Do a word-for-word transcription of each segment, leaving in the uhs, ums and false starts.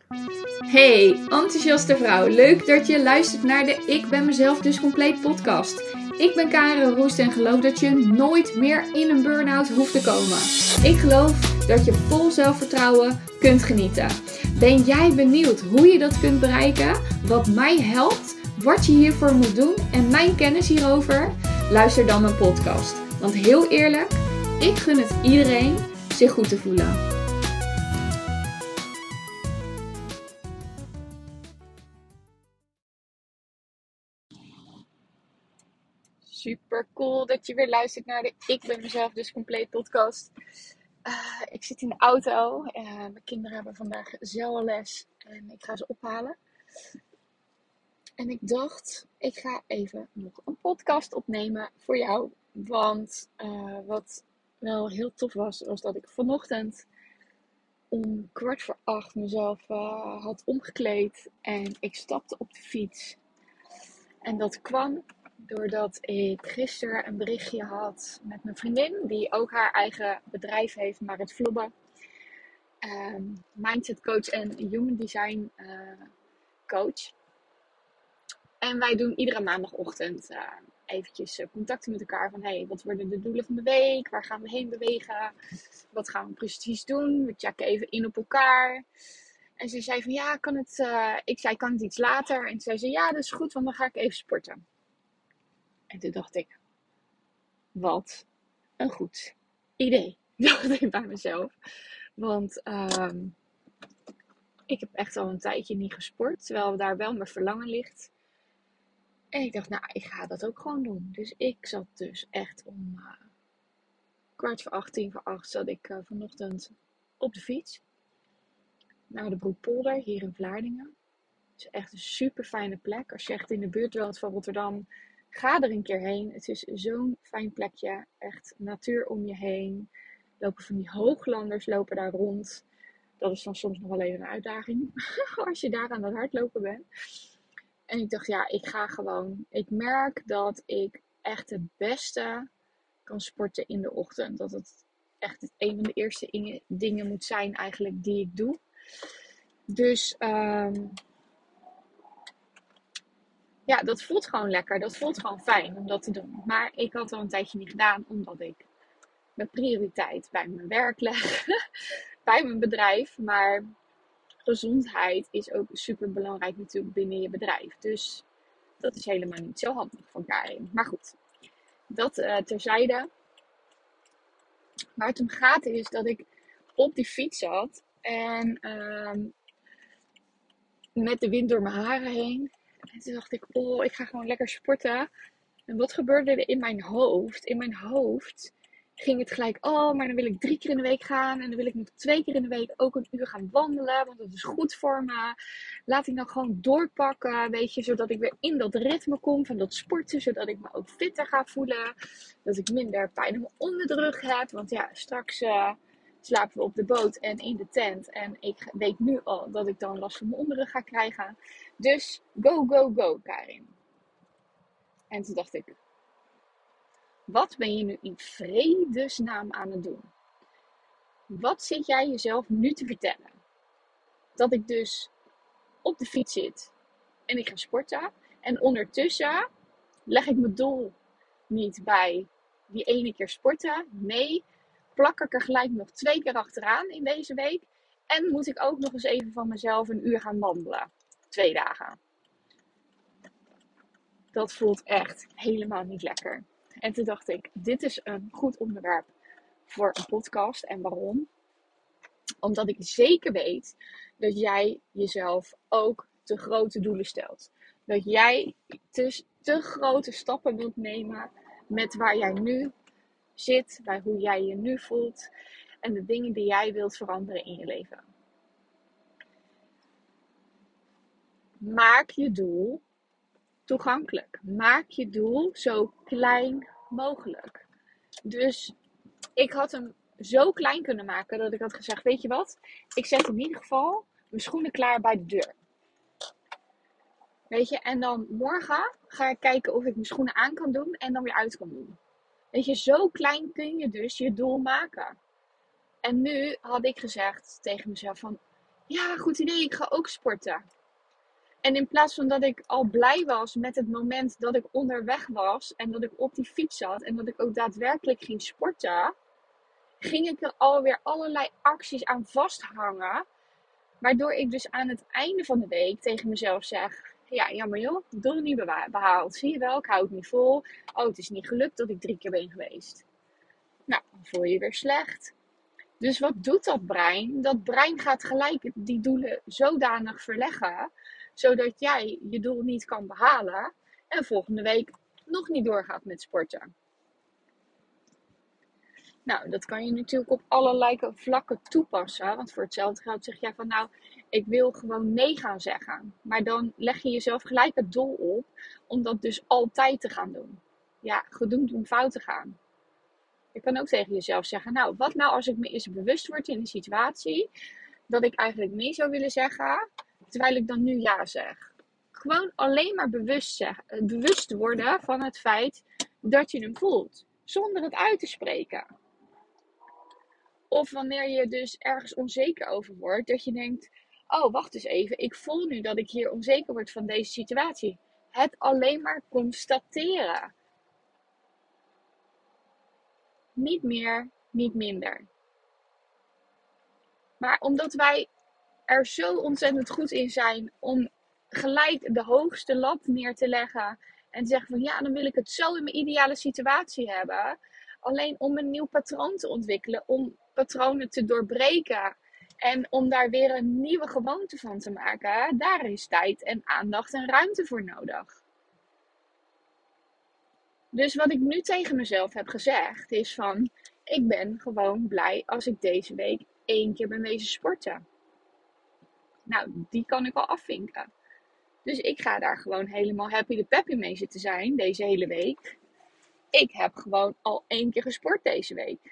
Hey, enthousiaste vrouw. Leuk dat je luistert naar de Ik ben mezelf dus compleet podcast. Ik ben Karen Roest en geloof dat je nooit meer in een burn-out hoeft te komen. Ik geloof dat je vol zelfvertrouwen kunt genieten. Ben jij benieuwd hoe je dat kunt bereiken? Wat mij helpt? Wat je hiervoor moet doen? En mijn kennis hierover? Luister dan mijn podcast. Want heel eerlijk, ik gun het iedereen zich goed te voelen. Super cool dat je weer luistert naar de Ik ben mezelf dus compleet podcast. Uh, ik zit in de auto. Uh, mijn kinderen hebben vandaag zeilles en ik ga ze ophalen. En ik dacht, ik ga even nog een podcast opnemen voor jou. Want uh, wat wel heel tof was, was dat ik vanochtend om kwart voor acht mezelf uh, had omgekleed. En ik stapte op de fiets. En dat kwam doordat ik gisteren een berichtje had met mijn vriendin, die ook haar eigen bedrijf heeft, maar het vloggen. Um, mindset coach en human design uh, coach. En wij doen iedere maandagochtend uh, eventjes uh, contacten met elkaar van hey, wat worden de doelen van de week? Waar gaan we heen bewegen? Wat gaan we precies doen? We checken even in op elkaar. En ze zei van ja, kan het, uh, ik zei kan het iets later? En toen zei ze ja, dat is goed, want dan ga ik even sporten. En toen dacht ik, wat een goed idee, dacht ik bij mezelf. Want um, ik heb echt al een tijdje niet gesport, terwijl daar wel mijn verlangen ligt. En ik dacht, nou, ik ga dat ook gewoon doen. Dus ik zat dus echt om uh, kwart voor acht, tien voor acht, zat ik uh, vanochtend op de fiets. Naar de Broekpolder, hier in Vlaardingen. Het is echt een super fijne plek. Als je echt in de buurt woont van Rotterdam, ga er een keer heen. Het is zo'n fijn plekje. Echt natuur om je heen. Lopen van die hooglanders lopen daar rond. Dat is dan soms nog wel even een uitdaging. Als je daar aan het hardlopen bent. En ik dacht, ja, ik ga gewoon. Ik merk dat ik echt het beste kan sporten in de ochtend. Dat het echt een van de eerste dingen moet zijn eigenlijk die ik doe. Dus um, ja, dat voelt gewoon lekker. Dat voelt gewoon fijn om dat te doen. Maar ik had al een tijdje niet gedaan, omdat ik mijn prioriteit bij mijn werk leg. Bij mijn bedrijf. Maar gezondheid is ook super belangrijk natuurlijk binnen je bedrijf. Dus dat is helemaal niet zo handig van Karin. Maar goed, dat uh, terzijde. Waar het om gaat is dat ik op die fiets zat. En uh, met de wind door mijn haren heen. En toen dacht ik, oh, ik ga gewoon lekker sporten. En wat gebeurde er in mijn hoofd? In mijn hoofd ging het gelijk, oh, maar dan wil ik drie keer in de week gaan. En dan wil ik nog twee keer in de week ook een uur gaan wandelen. Want dat is goed voor me. Laat ik nou gewoon doorpakken, weet je. Zodat ik weer in dat ritme kom van dat sporten. Zodat ik me ook fitter ga voelen. Dat ik minder pijn in mijn onderrug heb. Want ja, straks uh, slapen we op de boot en in de tent. En ik weet nu al dat ik dan last van mijn onderrug ga krijgen. Dus go, go, go, Karin. En toen dacht ik, wat ben je nu in vredesnaam aan het doen? Wat zit jij jezelf nu te vertellen? Dat ik dus op de fiets zit en ik ga sporten. En ondertussen leg ik mijn doel niet bij die ene keer sporten. Nee, plak ik er gelijk nog twee keer achteraan in deze week. En moet ik ook nog eens even van mezelf een uur gaan wandelen. Twee dagen. Dat voelt echt helemaal niet lekker. En toen dacht ik, dit is een goed onderwerp voor een podcast. En waarom? Omdat ik zeker weet dat jij jezelf ook te grote doelen stelt. Dat jij te, te grote stappen wilt nemen met waar jij nu zit, bij hoe jij je nu voelt en de dingen die jij wilt veranderen in je leven. Maak je doel toegankelijk. Maak je doel zo klein mogelijk. Dus ik had hem zo klein kunnen maken dat ik had gezegd, weet je wat? Ik zet in ieder geval mijn schoenen klaar bij de deur. Weet je, en dan morgen ga ik kijken of ik mijn schoenen aan kan doen en dan weer uit kan doen. Weet je, zo klein kun je dus je doel maken. En nu had ik gezegd tegen mezelf van, ja, goed idee, ik ga ook sporten. En in plaats van dat ik al blij was met het moment dat ik onderweg was en dat ik op die fiets zat en dat ik ook daadwerkelijk ging sporten, ging ik er alweer allerlei acties aan vasthangen. Waardoor ik dus aan het einde van de week tegen mezelf zeg, ja, jammer joh, doel niet behaald. Zie je wel, ik hou het niet vol. Oh, het is niet gelukt dat ik drie keer ben geweest. Nou, dan voel je je weer slecht. Dus wat doet dat brein? Dat brein gaat gelijk die doelen zodanig verleggen, zodat jij je doel niet kan behalen en volgende week nog niet doorgaat met sporten. Nou, dat kan je natuurlijk op allerlei vlakken toepassen. Want voor hetzelfde geld zeg jij van nou, ik wil gewoon nee gaan zeggen. Maar dan leg je jezelf gelijk het doel op om dat dus altijd te gaan doen. Ja, gedoemd om fout te gaan. Je kan ook tegen jezelf zeggen, nou, wat nou als ik me eens bewust word in een situatie dat ik eigenlijk nee zou willen zeggen, terwijl ik dan nu ja zeg. Gewoon alleen maar bewust, zeggen, bewust worden van het feit dat je hem voelt, zonder het uit te spreken. Of wanneer je dus ergens onzeker over wordt, dat je denkt, oh wacht eens even, ik voel nu dat ik hier onzeker word van deze situatie. Het alleen maar constateren. Niet meer, niet minder. Maar omdat wij er zo ontzettend goed in zijn om gelijk de hoogste lat neer te leggen en te zeggen van ja, dan wil ik het zo in mijn ideale situatie hebben. Alleen om een nieuw patroon te ontwikkelen, om patronen te doorbreken en om daar weer een nieuwe gewoonte van te maken, daar is tijd en aandacht en ruimte voor nodig. Dus wat ik nu tegen mezelf heb gezegd is van, ik ben gewoon blij als ik deze week één keer ben wezen sporten. Nou, die kan ik al afvinken. Dus ik ga daar gewoon helemaal happy de peppy mee zitten zijn deze hele week. Ik heb gewoon al één keer gesport deze week.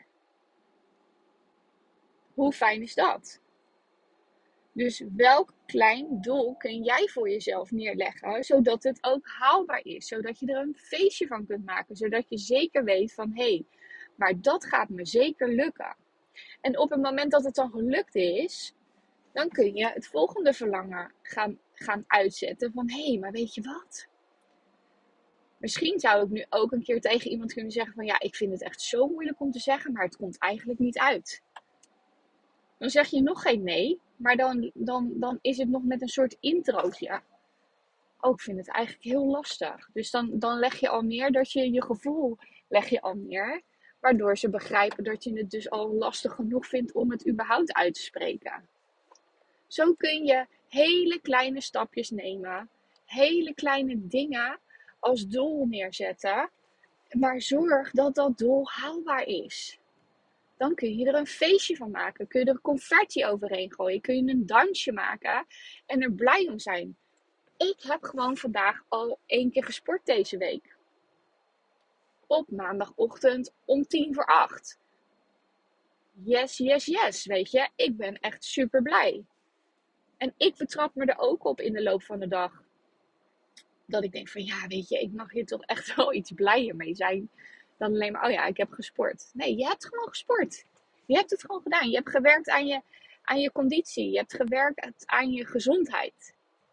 Hoe fijn is dat? Dus welk klein doel kun jij voor jezelf neerleggen, zodat het ook haalbaar is. Zodat je er een feestje van kunt maken. Zodat je zeker weet van, hé, hey, maar dat gaat me zeker lukken. En op het moment dat het dan gelukt is, dan kun je het volgende verlangen gaan, gaan uitzetten. Van, hé, hey, maar weet je wat? Misschien zou ik nu ook een keer tegen iemand kunnen zeggen van, ja, ik vind het echt zo moeilijk om te zeggen, maar het komt eigenlijk niet uit. Dan zeg je nog geen nee, maar dan, dan, dan is het nog met een soort introotje. Oh, ik vind het eigenlijk heel lastig. Dus dan, dan leg je al neer dat je je gevoel leg je al neer. Waardoor ze begrijpen dat je het dus al lastig genoeg vindt om het überhaupt uit te spreken. Zo kun je hele kleine stapjes nemen. Hele kleine dingen als doel neerzetten. Maar zorg dat dat doel haalbaar is. Dan kun je er een feestje van maken. Kun je er confetti overheen gooien. Kun je een dansje maken. En er blij om zijn. Ik heb gewoon vandaag al één keer gesport deze week. Op maandagochtend om tien voor acht. Yes, yes, yes. Weet je, ik ben echt super blij. En ik betrap me er ook op in de loop van de dag. Dat ik denk van ja, weet je, ik mag hier toch echt wel iets blijer mee zijn. Dan alleen maar, oh ja, ik heb gesport. Nee, je hebt gewoon gesport. Je hebt het gewoon gedaan. Je hebt gewerkt aan je, aan je conditie. Je hebt gewerkt aan je gezondheid.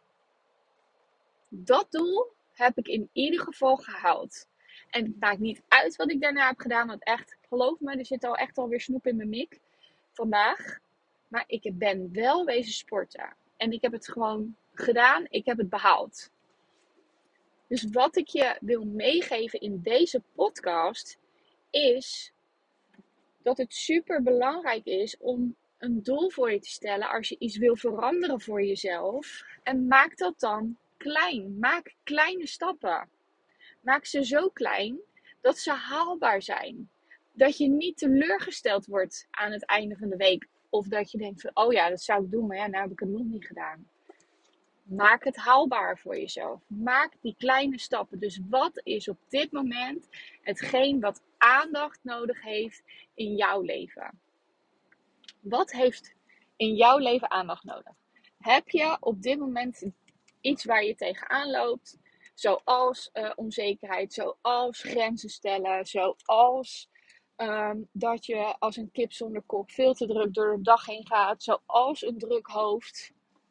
Dat doel heb ik in ieder geval gehaald. En het maakt niet uit wat ik daarna heb gedaan. Want echt, geloof me, er zit al echt alweer snoep in mijn mik vandaag. Maar ik ben wel wezen sporten. En ik heb het gewoon gedaan. Ik heb het behaald. Dus wat ik je wil meegeven in deze podcast is dat het super belangrijk is om een doel voor je te stellen als je iets wil veranderen voor jezelf. En maak dat dan klein. Maak kleine stappen. Maak ze zo klein dat ze haalbaar zijn. Dat je niet teleurgesteld wordt aan het einde van de week. Of dat je denkt van, oh ja, dat zou ik doen, maar ja, nou heb ik het nog niet gedaan. Maak het haalbaar voor jezelf. Maak die kleine stappen. Dus wat is op dit moment hetgeen wat aandacht nodig heeft in jouw leven? Wat heeft in jouw leven aandacht nodig? Heb je op dit moment iets waar je tegenaan loopt? Zoals uh, onzekerheid, zoals grenzen stellen, zoals Um, dat je als een kip zonder kop veel te druk door de dag heen gaat. Zoals een druk hoofd.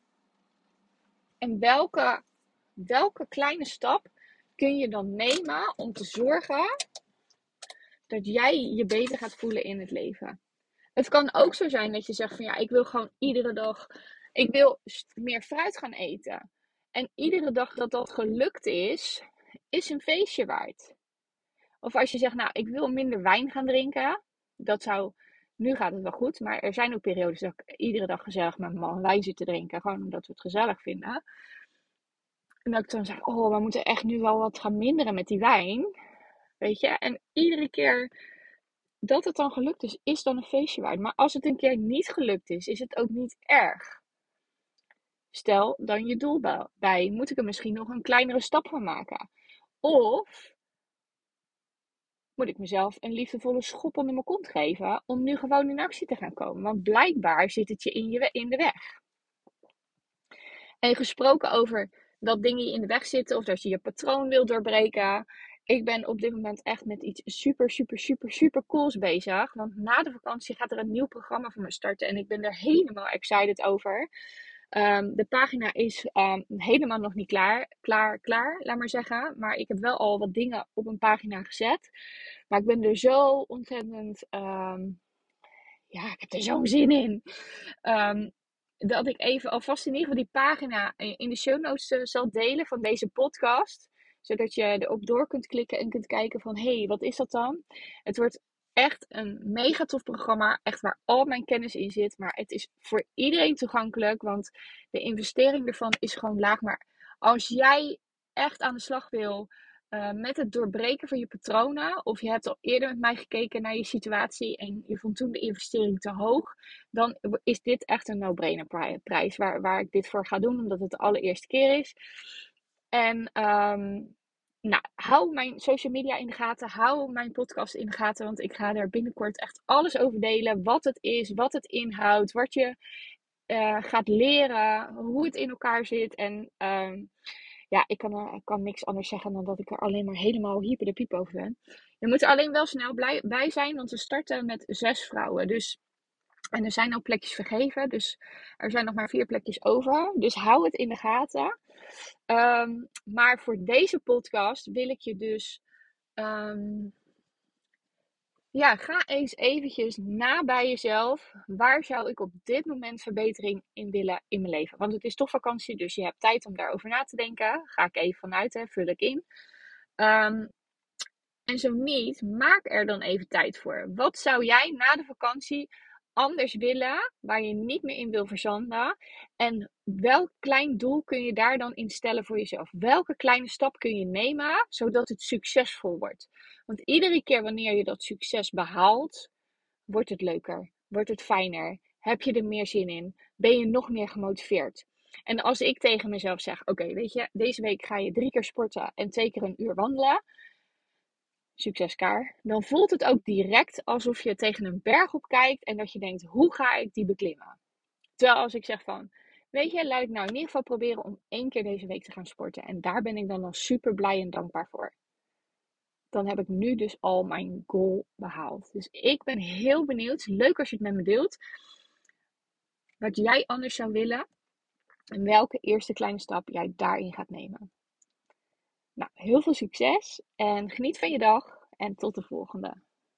En welke, welke kleine stap kun je dan nemen om te zorgen dat jij je beter gaat voelen in het leven? Het kan ook zo zijn dat je zegt van ja, ik wil gewoon iedere dag, ik wil meer fruit gaan eten. En iedere dag dat dat gelukt is, is een feestje waard. Of als je zegt, nou, ik wil minder wijn gaan drinken. Dat zou, nu gaat het wel goed, maar er zijn ook periodes dat ik iedere dag gezellig met mijn man wijn zit te drinken. Gewoon omdat we het gezellig vinden. En dat ik dan zeg, oh, we moeten echt nu wel wat gaan minderen met die wijn. Weet je, en iedere keer dat het dan gelukt is, is dan een feestje waard. Maar als het een keer niet gelukt is, is het ook niet erg. Stel dan je doel bij, moet ik er misschien nog een kleinere stap van maken? Of moet ik mezelf een liefdevolle schop onder mijn kont geven om nu gewoon in actie te gaan komen? Want blijkbaar zit het je in, je in de weg. En gesproken over dat dingen je in de weg zitten of dat je je patroon wil doorbreken. Ik ben op dit moment echt met iets super, super, super, super cools bezig. Want na de vakantie gaat er een nieuw programma voor me starten. En ik ben er helemaal excited over. Um, de pagina is um, helemaal nog niet klaar, klaar, klaar, laat maar zeggen. Maar ik heb wel al wat dingen op een pagina gezet. Maar ik ben er zo ontzettend, um, ja, ik heb er zo'n zin in. Um, dat ik even alvast in ieder geval die pagina in de show notes uh, zal delen van deze podcast. Zodat je erop door kunt klikken en kunt kijken van, hé, hey, wat is dat dan? Het wordt echt een mega tof programma. Echt waar al mijn kennis in zit. Maar het is voor iedereen toegankelijk. Want de investering ervan is gewoon laag. Maar als jij echt aan de slag wil uh, met het doorbreken van je patronen. Of je hebt al eerder met mij gekeken naar je situatie. En je vond toen de investering te hoog. Dan is dit echt een no-brainer prijs. Waar, waar ik dit voor ga doen. Omdat het de allereerste keer is. En um, nou, hou mijn social media in de gaten. Hou mijn podcast in de gaten. Want ik ga er binnenkort echt alles over delen. Wat het is, wat het inhoudt. Wat je uh, gaat leren. Hoe het in elkaar zit. En um, ja, ik kan, uh, ik kan niks anders zeggen dan dat ik er alleen maar helemaal hyper de piep over ben. Je moet er alleen wel snel blij, bij zijn. Want we starten met zes vrouwen. Dus... En er zijn al plekjes vergeven, dus er zijn nog maar vier plekjes over. Dus hou het in de gaten. Um, maar voor deze podcast wil ik je dus... Um, ja, ga eens eventjes na bij jezelf. Waar zou ik op dit moment verbetering in willen in mijn leven? Want het is toch vakantie, dus je hebt tijd om daarover na te denken. Ga ik even vanuit, hè, vul ik in. Um, en zo niet, maak er dan even tijd voor. Wat zou jij na de vakantie anders willen, waar je niet meer in wil verzanden? En welk klein doel kun je daar dan in stellen voor jezelf? Welke kleine stap kun je nemen, zodat het succesvol wordt? Want iedere keer wanneer je dat succes behaalt, wordt het leuker, wordt het fijner, heb je er meer zin in, ben je nog meer gemotiveerd. En als ik tegen mezelf zeg, oké, okay, weet je, deze week ga je drie keer sporten en twee keer een uur wandelen, succeskaar, dan voelt het ook direct alsof je tegen een berg op kijkt en dat je denkt, hoe ga ik die beklimmen? Terwijl als ik zeg van, weet je, laat ik nou in ieder geval proberen om één keer deze week te gaan sporten. En daar ben ik dan al super blij en dankbaar voor. Dan heb ik nu dus al mijn goal behaald. Dus ik ben heel benieuwd, leuk als je het met me deelt, wat jij anders zou willen en welke eerste kleine stap jij daarin gaat nemen. Nou, heel veel succes en geniet van je dag en tot de volgende.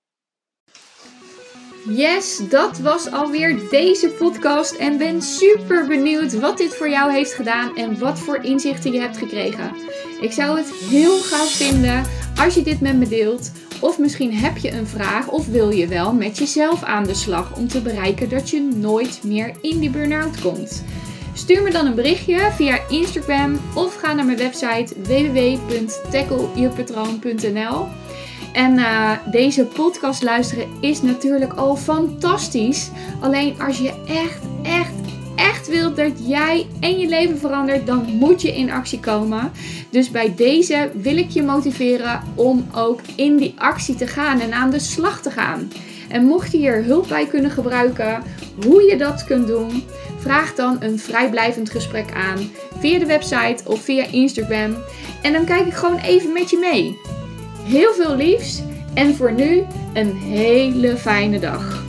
Yes, dat was alweer deze podcast en ben super benieuwd wat dit voor jou heeft gedaan en wat voor inzichten je hebt gekregen. Ik zou het heel gaaf vinden als je dit met me deelt. Of misschien heb je een vraag of wil je wel met jezelf aan de slag om te bereiken dat je nooit meer in die burn-out komt. Stuur me dan een berichtje via Instagram of ga naar mijn website w w w punt tackle je patroon punt n l. En uh, deze podcast luisteren is natuurlijk al fantastisch. Alleen als je echt, echt, echt wilt dat jij en je leven verandert, dan moet je in actie komen. Dus bij deze wil ik je motiveren om ook in die actie te gaan en aan de slag te gaan. En mocht je hier hulp bij kunnen gebruiken, hoe je dat kunt doen, vraag dan een vrijblijvend gesprek aan via de website of via Instagram. En dan kijk ik gewoon even met je mee. Heel veel liefs En voor nu een hele fijne dag.